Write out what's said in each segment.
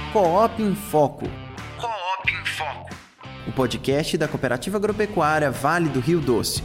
Coop em Foco. Coop em Foco. O podcast da Cooperativa Agropecuária Vale do Rio Doce.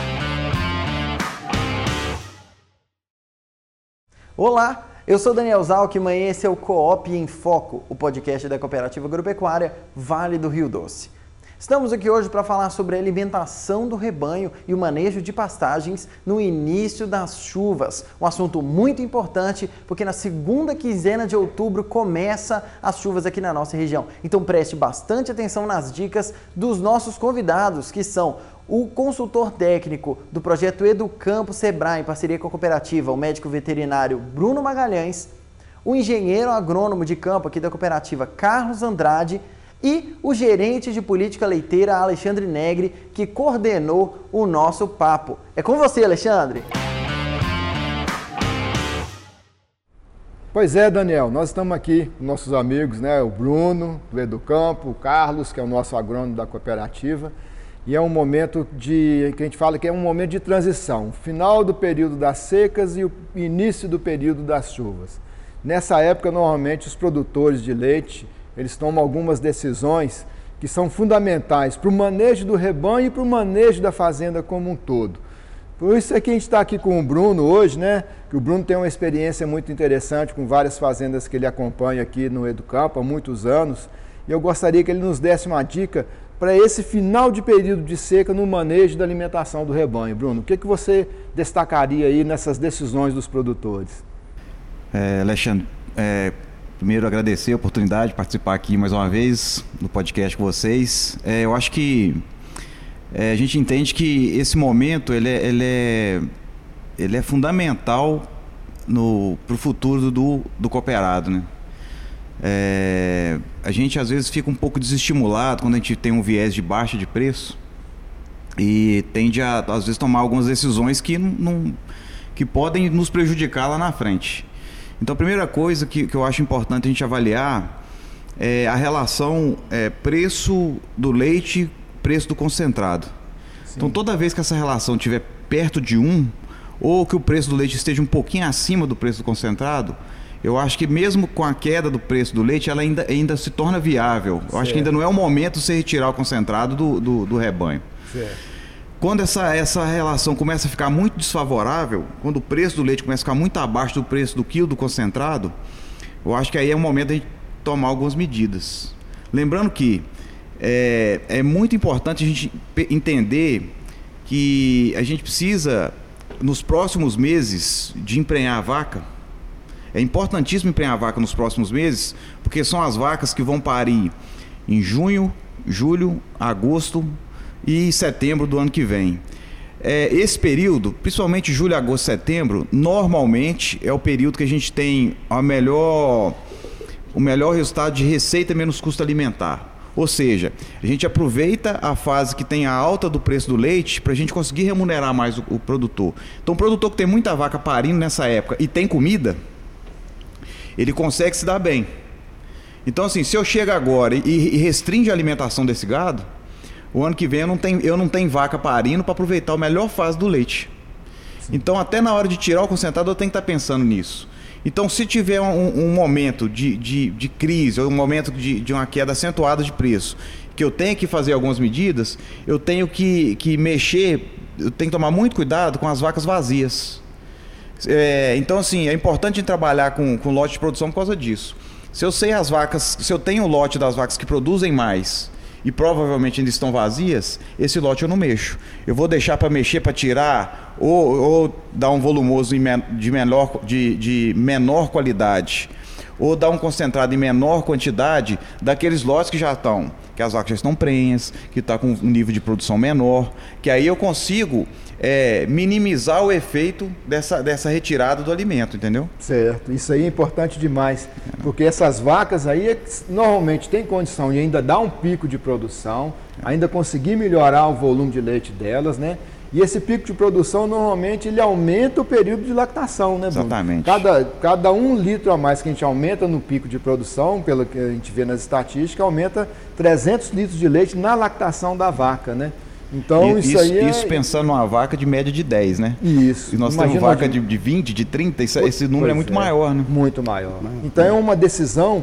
Olá, eu sou Daniel Zalkman e esse é o Coop em Foco, o podcast da Cooperativa Agropecuária Vale do Rio Doce. Estamos aqui hoje para falar sobre a alimentação do rebanho e o manejo de pastagens no início das chuvas. Um assunto muito importante porque na segunda quinzena de outubro começa as chuvas aqui na nossa região. Então preste bastante atenção nas dicas dos nossos convidados, que são o consultor técnico do projeto Educampo Sebrae, em parceria com a cooperativa, o médico veterinário Bruno Magalhães, o engenheiro agrônomo de campo aqui da cooperativa Carlos Andrade e o gerente de política leiteira Alexandre Negri, que coordenou o nosso papo. É com você, Alexandre. Pois é, Daniel, nós estamos aqui com nossos amigos, né? O Bruno, do Educampo, o Carlos, que é o nosso agrônomo da cooperativa, e é um momento que a gente fala que é um momento de transição, final do período das secas e o início do período das chuvas. Nessa época, normalmente, os produtores de leite eles tomam algumas decisões que são fundamentais para o manejo do rebanho e para o manejo da fazenda como um todo. Por isso é que a gente está aqui com o Bruno hoje, né? Que o Bruno tem uma experiência muito interessante com várias fazendas que ele acompanha aqui no Educampo há muitos anos. E eu gostaria que ele nos desse uma dica para esse final de período de seca no manejo da alimentação do rebanho. Bruno, o que você destacaria aí nessas decisões dos produtores? Alexandre, primeiro, agradecer a oportunidade de participar aqui mais uma vez no podcast com vocês. Eu acho que a gente entende que esse momento ele é fundamental para o futuro do cooperado, né? A gente às vezes fica um pouco desestimulado quando a gente tem um viés de baixa de preço e tende a às vezes tomar algumas decisões que podem nos prejudicar lá na frente. Então, a primeira coisa que eu acho importante a gente avaliar é a relação preço do leite, preço do concentrado. Sim. Então, toda vez que essa relação estiver perto de 1, ou que o preço do leite esteja um pouquinho acima do preço do concentrado, eu acho que mesmo com a queda do preço do leite, ela ainda se torna viável. Eu acho que ainda não é o momento de você retirar o concentrado do rebanho. Certo. Quando essa relação começa a ficar muito desfavorável, quando o preço do leite começa a ficar muito abaixo do preço do quilo do concentrado, eu acho que aí é o momento de a gente tomar algumas medidas. Lembrando que é muito importante a gente entender que a gente precisa, nos próximos meses, de emprenhar a vaca. É importantíssimo emprenhar a vaca nos próximos meses, porque são as vacas que vão parir em junho, julho, agosto e setembro do ano que vem. Esse período, principalmente julho, agosto, setembro, normalmente é o período que a gente tem o melhor resultado de receita menos custo alimentar. Ou seja, a gente aproveita a fase que tem a alta do preço do leite para a gente conseguir remunerar mais o produtor. Então, o produtor que tem muita vaca parindo nessa época e tem comida, ele consegue se dar bem. Então, assim, se eu chego agora e restringe a alimentação desse gado, o ano que vem eu não tenho vaca parindo para aproveitar a melhor fase do leite. Sim. Então, até na hora de tirar o concentrado, eu tenho que estar pensando nisso. Então, se tiver um momento de crise, ou um momento de uma queda acentuada de preço, que eu tenho que fazer algumas medidas, eu tenho que mexer, eu tenho que tomar muito cuidado com as vacas vazias. Então, assim, é importante trabalhar com lote de produção por causa disso. Se eu tenho o lote das vacas que produzem mais e provavelmente ainda estão vazias, esse lote eu não mexo. Eu vou deixar para mexer, para tirar, ou dar um volumoso de menor qualidade, ou dar um concentrado em menor quantidade daqueles lotes que as vacas já estão prenhas, que está com um nível de produção menor, que aí eu consigo minimizar o efeito dessa retirada do alimento, entendeu? Certo, isso aí é importante demais, porque essas vacas aí normalmente têm condição de ainda dar um pico de produção, ainda conseguir melhorar o volume de leite delas, né? E esse pico de produção, normalmente, ele aumenta o período de lactação, né, Bruno? Exatamente. Cada 1 litro a mais que a gente aumenta no pico de produção, pelo que a gente vê nas estatísticas, aumenta 300 litros de leite na lactação da vaca, né? Então, isso pensando numa vaca de média de 10, né? Isso. E nós temos vaca de 20, de 30, esse número é muito maior, né? Muito maior. Então, é uma decisão que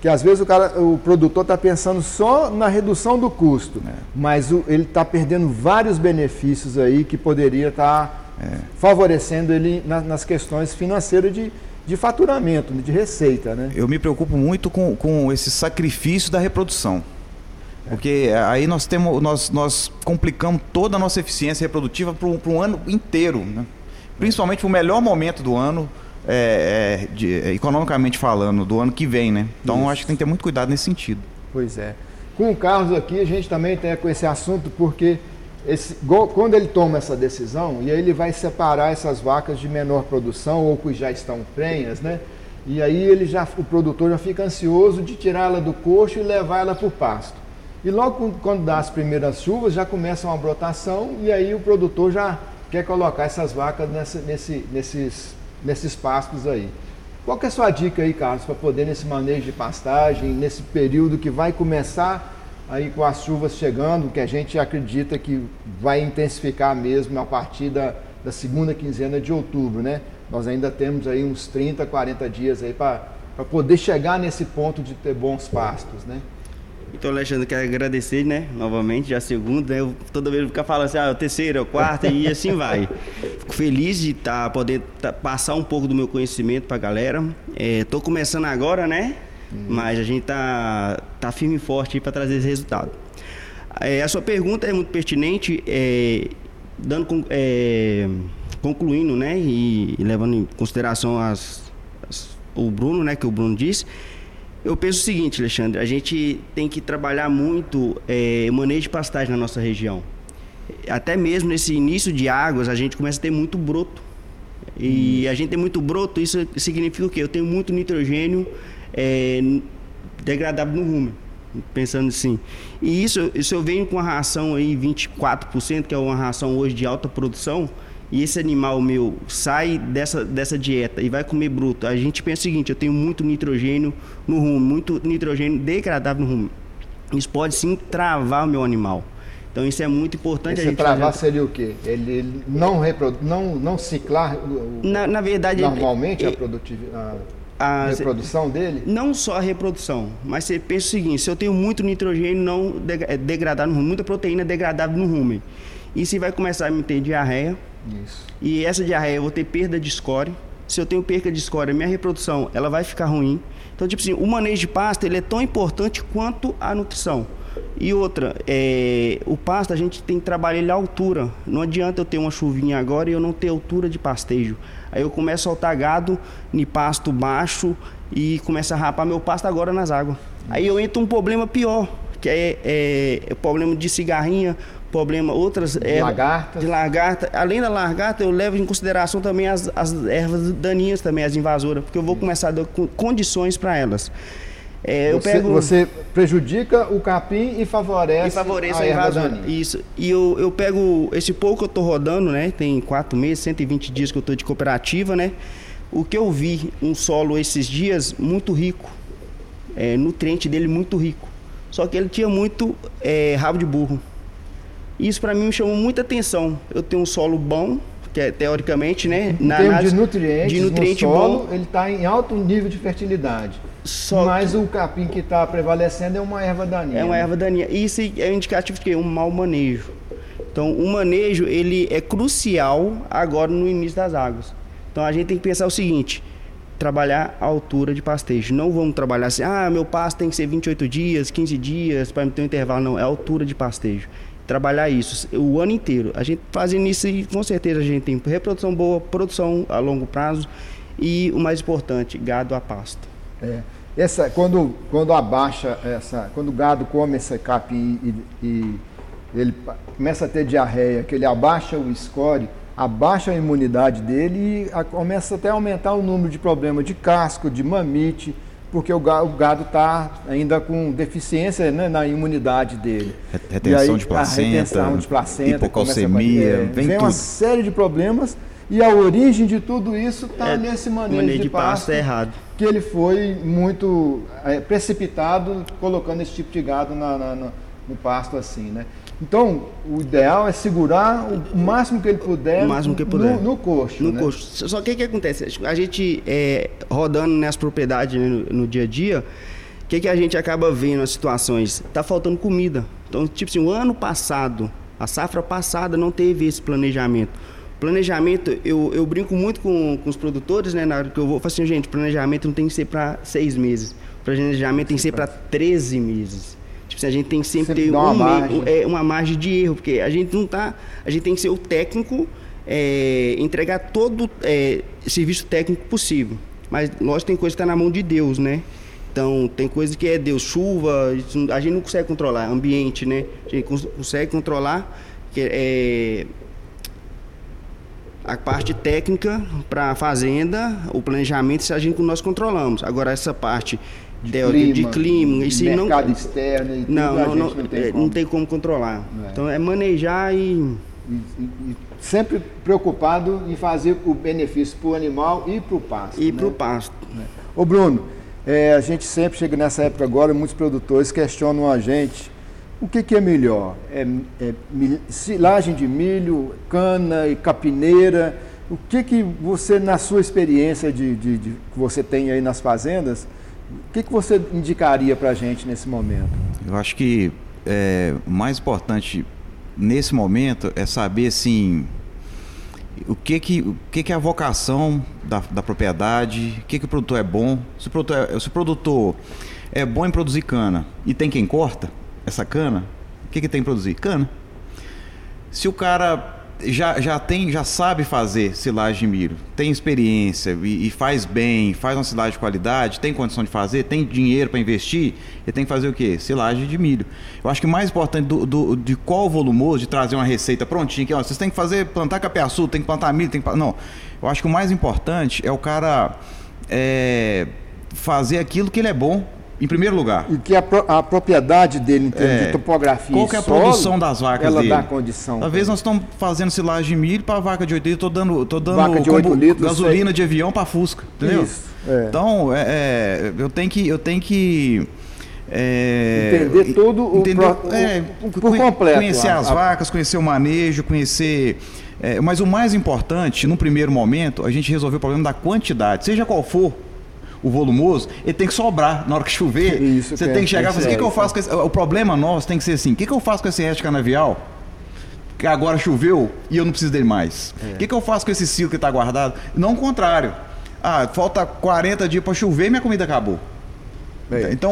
Porque às vezes o produtor está pensando só na redução do custo, mas ele está perdendo vários benefícios aí que poderia estar favorecendo ele nas questões financeiras de faturamento, de receita, né? Eu me preocupo muito com esse sacrifício da reprodução. Porque aí nós complicamos toda a nossa eficiência reprodutiva para um ano inteiro, né? Principalmente o melhor momento do ano, economicamente falando, do ano que vem, né? Então acho que tem que ter muito cuidado nesse sentido. Pois é. Com o Carlos aqui, a gente também tem com esse assunto, porque quando ele toma essa decisão, e aí ele vai separar essas vacas de menor produção ou que já estão prenhas, né? E aí o produtor já fica ansioso de tirá-la do coxo e levar ela para o pasto. E logo quando dá as primeiras chuvas, já começa uma brotação e aí o produtor já quer colocar essas vacas nesses pastos aí. Qual que é a sua dica aí, Carlos, para poder nesse manejo de pastagem, nesse período que vai começar aí com as chuvas chegando, que a gente acredita que vai intensificar mesmo a partir da segunda quinzena de outubro, né? Nós ainda temos aí uns 30, 40 dias aí para poder chegar nesse ponto de ter bons pastos, né? Então, Alexandre, quero agradecer, né, novamente, já a segunda, né, eu toda vez ficar falando assim, a terceira, a quarta e assim vai. Fico feliz de poder passar um pouco do meu conhecimento para a galera. Tô começando agora, né, mas a gente tá firme e forte para trazer esse resultado. A sua pergunta é muito pertinente, concluindo, né, e levando em consideração o Bruno, né, que o Bruno disse. Eu penso o seguinte, Alexandre, a gente tem que trabalhar muito manejo de pastagem na nossa região. Até mesmo nesse início de águas, a gente começa a ter muito broto. E a gente tem muito broto, isso significa o quê? Eu tenho muito nitrogênio degradável no rumen, pensando assim. E isso eu venho com uma ração aí 24%, que é uma ração hoje de alta produção, e esse animal meu sai dessa dieta e vai comer bruto, a gente pensa o seguinte, eu tenho muito nitrogênio no rumo, muito nitrogênio degradável no rumo. Isso pode sim travar o meu animal. Então isso é muito importante. Esse travar seria o quê? Ele não ciclar na verdade, normalmente a reprodução dele? Não só a reprodução, mas você pensa o seguinte, se eu tenho muito nitrogênio não degradado no rumen, muita proteína degradável no rumen, isso vai começar a me ter diarreia. Isso. E essa diarreia eu vou ter perda de score. Se eu tenho perda de score, minha reprodução ela vai ficar ruim. Então, tipo assim, o manejo de pasto ele é tão importante quanto a nutrição. E outra, o pasto a gente tem que trabalhar ele à altura. Não adianta eu ter uma chuvinha agora e eu não ter altura de pastejo. Aí eu começo a soltar gado em pasto baixo e começo a rapar meu pasto agora nas águas. Aí eu entro um problema pior, que é o problema de cigarrinha, problema outras de lagarta. Além da lagarta, eu levo em consideração também as ervas daninhas, também as invasoras, porque eu vou começar a dar condições para elas. Você prejudica o capim e favorece a invasora. Isso. E eu pego esse pouco que eu estou rodando, né? Tem 4 meses, 120 dias que eu estou de cooperativa, né? O que eu vi, um solo esses dias muito rico, nutriente dele muito rico. Só que ele tinha muito rabo de burro. Isso para mim me chamou muita atenção. Eu tenho um solo bom, que é teoricamente, né? Em termos de nutriente no solo, bom, ele está em alto nível de fertilidade. Mas o capim que está prevalecendo é uma erva daninha. É uma erva daninha. Isso é um indicativo de quê? Um mau manejo. Então, o manejo ele é crucial agora no início das águas. Então, a gente tem que pensar o seguinte: trabalhar a altura de pastejo. Não vamos trabalhar assim, meu pasto tem que ser 28 dias, 15 dias, para não ter um intervalo. Não, é a altura de pastejo. Trabalhar isso o ano inteiro. A gente fazendo isso, com certeza a gente tem reprodução boa, produção a longo prazo e o mais importante, gado a pasto. Quando abaixa quando o gado come esse capim e ele começa a ter diarreia, que ele abaixa o score, abaixa a imunidade dele e começa até a aumentar o número de problemas de casco, de mamite, porque o gado está ainda com deficiência, né, na imunidade dele. Retenção de placenta, hipocalcemia, vem uma série de problemas e a origem de tudo isso está nesse manejo de pasto errado. Que ele foi muito precipitado colocando esse tipo de gado no pasto assim, né? Então, o ideal é segurar o máximo que ele puder, no coxo. No coxo. Só que o que acontece? A gente rodando nas propriedades, né, no dia a dia, O que a gente acaba vendo nas situações? Tá faltando comida. Então, tipo assim, o ano passado, a safra passada não teve esse planejamento. Planejamento, eu brinco muito com os produtores, né? Na hora que eu vou, eu falo assim, gente, planejamento não tem que ser para 6 meses. Planejamento tem que ser para 13 meses. Tipo assim, a gente tem que sempre ter uma margem de erro, porque a gente não tá. A gente tem que ser o técnico, entregar todo serviço técnico possível. Mas, lógico, tem coisa que está na mão de Deus, né? Então, tem coisa que é Deus, chuva, a gente não consegue controlar, ambiente, né? A gente consegue controlar a parte técnica para a fazenda, o planejamento, isso a gente nós controlamos. Agora, essa parte de clima isso mercado externo, e não tem como controlar. Então, é manejar e sempre preocupado em fazer o benefício para o animal e para o pasto. E para o pasto. Ô Bruno, a gente sempre chega nessa época agora, muitos produtores questionam a gente o que é melhor? Silagem de milho, cana e capineira? O que você, na sua experiência que você tem aí nas fazendas, o que você indicaria para a gente nesse momento? Eu acho que o mais importante nesse momento é saber assim, o que é a vocação da propriedade, o que o produtor é bom. Se o produtor é bom em produzir cana e tem quem corta essa cana, o que tem que produzir? Cana. Se o cara já sabe fazer silagem de milho, tem experiência e faz bem, faz uma silagem de qualidade, tem condição de fazer, tem dinheiro para investir, ele tem que fazer o quê? Silagem de milho. Eu acho que o mais importante de qual volumoso, de trazer uma receita prontinha, que vocês têm que plantar capiaçu, tem que plantar milho, não. Eu acho que o mais importante é o cara fazer aquilo que ele é bom, em primeiro lugar. E que a propriedade dele, em termos de topografia qual que é a produção das vacas ela dele? Dá condição. Às vezes nós estamos fazendo silagem de milho para vaca de 8 litros, tô dando vaca de 8 litros, gasolina de avião para Fusca, entendeu? Isso, Então, eu tenho que entender todo por completo. Conhecer as vacas, conhecer o manejo, conhecer... mas o mais importante, no primeiro momento, a gente resolver o problema da quantidade, seja qual for o volumoso, ele tem que sobrar na hora que chover. Você tem que chegar e falar assim, o que eu faço com esse... O problema nosso tem que ser assim, o que eu faço com esse resto de canavial que agora choveu e eu não preciso dele mais? O que eu faço com esse ciclo que está guardado? Não o contrário. Falta 40 dias para chover e minha comida acabou. Então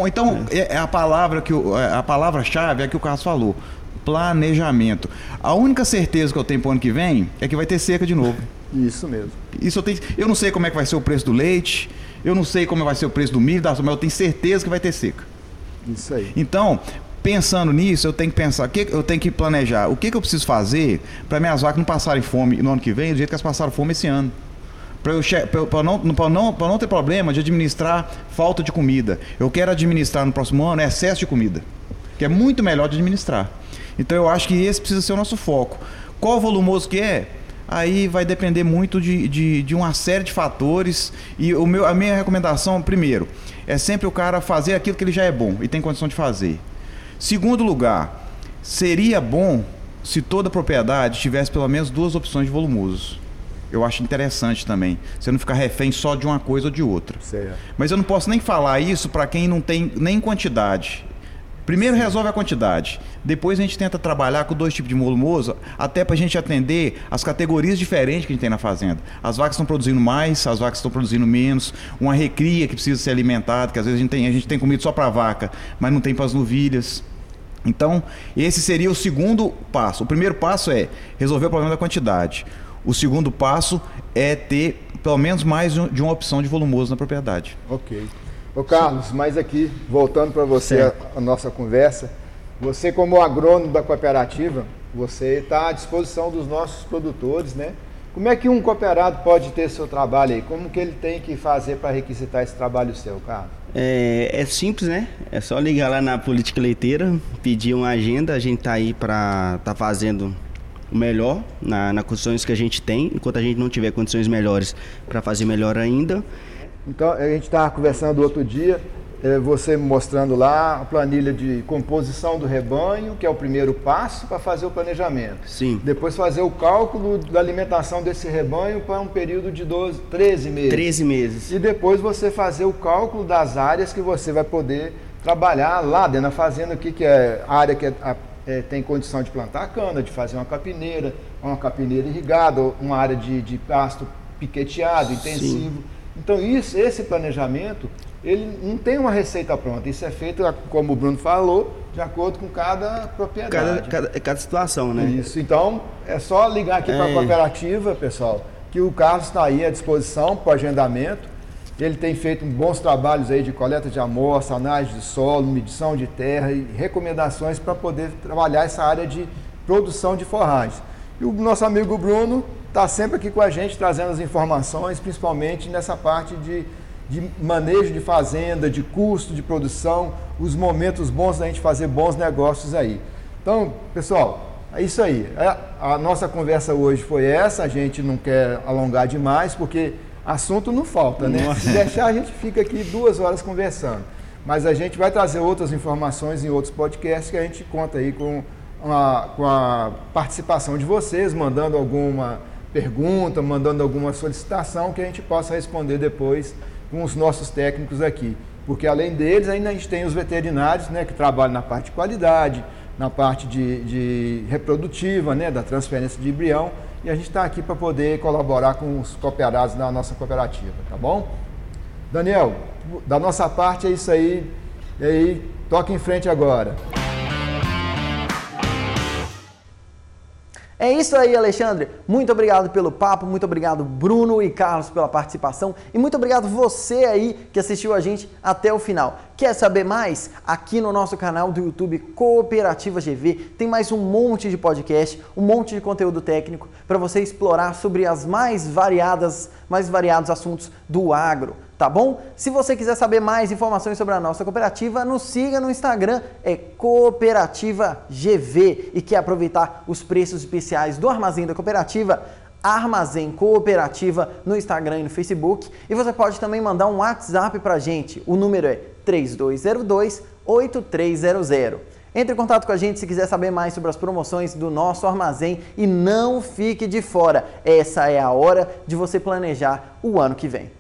a palavra-chave é a que o Carlos falou. Planejamento. A única certeza que eu tenho para o ano que vem é que vai ter seca de novo. Isso mesmo. Eu não sei como é que vai ser o preço do leite, eu não sei como vai ser o preço do milho, mas eu tenho certeza que vai ter seca. Isso aí. Então, pensando nisso, eu tenho que pensar, eu tenho que planejar o que eu preciso fazer para minhas vacas não passarem fome no ano que vem, do jeito que elas passaram fome esse ano. Para não ter problema de administrar falta de comida. Eu quero administrar no próximo ano excesso de comida, que é muito melhor de administrar. Então eu acho que esse precisa ser o nosso foco. Qual o volumoso que é? Aí vai depender muito de uma série de fatores. E a minha recomendação, primeiro, é sempre o cara fazer aquilo que ele já é bom e tem condição de fazer. Segundo lugar, seria bom se toda propriedade tivesse pelo menos 2 opções de volumosos. Eu acho interessante também, você não ficar refém só de uma coisa ou de outra. Certo. Mas eu não posso nem falar isso para quem não tem nem quantidade. Primeiro resolve a quantidade, depois a gente tenta trabalhar com 2 tipos de volumoso, até para a gente atender as categorias diferentes que a gente tem na fazenda. As vacas estão produzindo mais, as vacas estão produzindo menos, uma recria que precisa ser alimentada, que às vezes a gente tem comida só para a vaca, mas não tem para as novilhas. Então, esse seria o segundo passo. O primeiro passo é resolver o problema da quantidade. O segundo passo é ter pelo menos mais de uma opção de volumoso na propriedade. Ok. Ô Carlos, mas aqui, voltando para você a nossa conversa, você como agrônomo da cooperativa, você está à disposição dos nossos produtores, né? Como é que um cooperado pode ter seu trabalho aí? Como que ele tem que fazer para requisitar esse trabalho seu, Carlos? É simples, né? É só ligar lá na Política Leiteira, pedir uma agenda, a gente está aí para estar fazendo o melhor nas condições que a gente tem, enquanto a gente não tiver condições melhores para fazer melhor ainda. Então, a gente estava conversando outro dia, você mostrando lá a planilha de composição do rebanho, que é o primeiro passo para fazer o planejamento. Sim. Depois fazer o cálculo da alimentação desse rebanho para um período de 13 meses. 13 meses. E depois você fazer o cálculo das áreas que você vai poder trabalhar lá dentro da fazenda, que é a área que tem condição de plantar cana, de fazer uma capineira irrigada, uma área de pasto piqueteado, intensivo. Sim. Então esse planejamento, ele não tem uma receita pronta, isso é feito, como o Bruno falou, de acordo com cada propriedade. Cada situação, né? Isso, então é só ligar aqui para a cooperativa, pessoal, que o Carlos está aí à disposição para o agendamento. Ele tem feito bons trabalhos aí de coleta de amostra, análise de solo, medição de terra e recomendações para poder trabalhar essa área de produção de forragens. E o nosso amigo Bruno está sempre aqui com a gente, trazendo as informações, principalmente nessa parte de manejo de fazenda, de custo de produção, os momentos bons da gente fazer bons negócios aí. Então, pessoal, é isso aí. A nossa conversa hoje foi essa, a gente não quer alongar demais, porque assunto não falta, né? Nossa. Se deixar, a gente fica aqui 2 horas conversando. Mas a gente vai trazer outras informações em outros podcasts que a gente conta aí com a participação de vocês, mandando alguma pergunta, mandando alguma solicitação que a gente possa responder depois com os nossos técnicos aqui. Porque além deles, ainda a gente tem os veterinários, né, que trabalham na parte de qualidade, na parte de reprodutiva, né, da transferência de embrião. E a gente está aqui para poder colaborar com os cooperados da nossa cooperativa, tá bom? Daniel, da nossa parte é isso aí. E aí, toca em frente agora. É isso aí, Alexandre. Muito obrigado pelo papo, muito obrigado Bruno e Carlos pela participação e muito obrigado você aí que assistiu a gente até o final. Quer saber mais? Aqui no nosso canal do YouTube Cooperativa GV tem mais um monte de podcast, um monte de conteúdo técnico para você explorar sobre as mais variados assuntos do agro. Tá bom? Se você quiser saber mais informações sobre a nossa cooperativa, nos siga no Instagram, é Cooperativa GV, e quer aproveitar os preços especiais do Armazém da Cooperativa, Armazém Cooperativa no Instagram e no Facebook, e você pode também mandar um WhatsApp pra gente, o número é 3202-8300. Entre em contato com a gente se quiser saber mais sobre as promoções do nosso armazém e não fique de fora, essa é a hora de você planejar o ano que vem.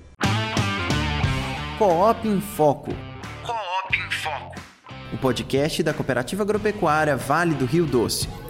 Coop em Foco. Coop em Foco. O podcast da Cooperativa Agropecuária Vale do Rio Doce.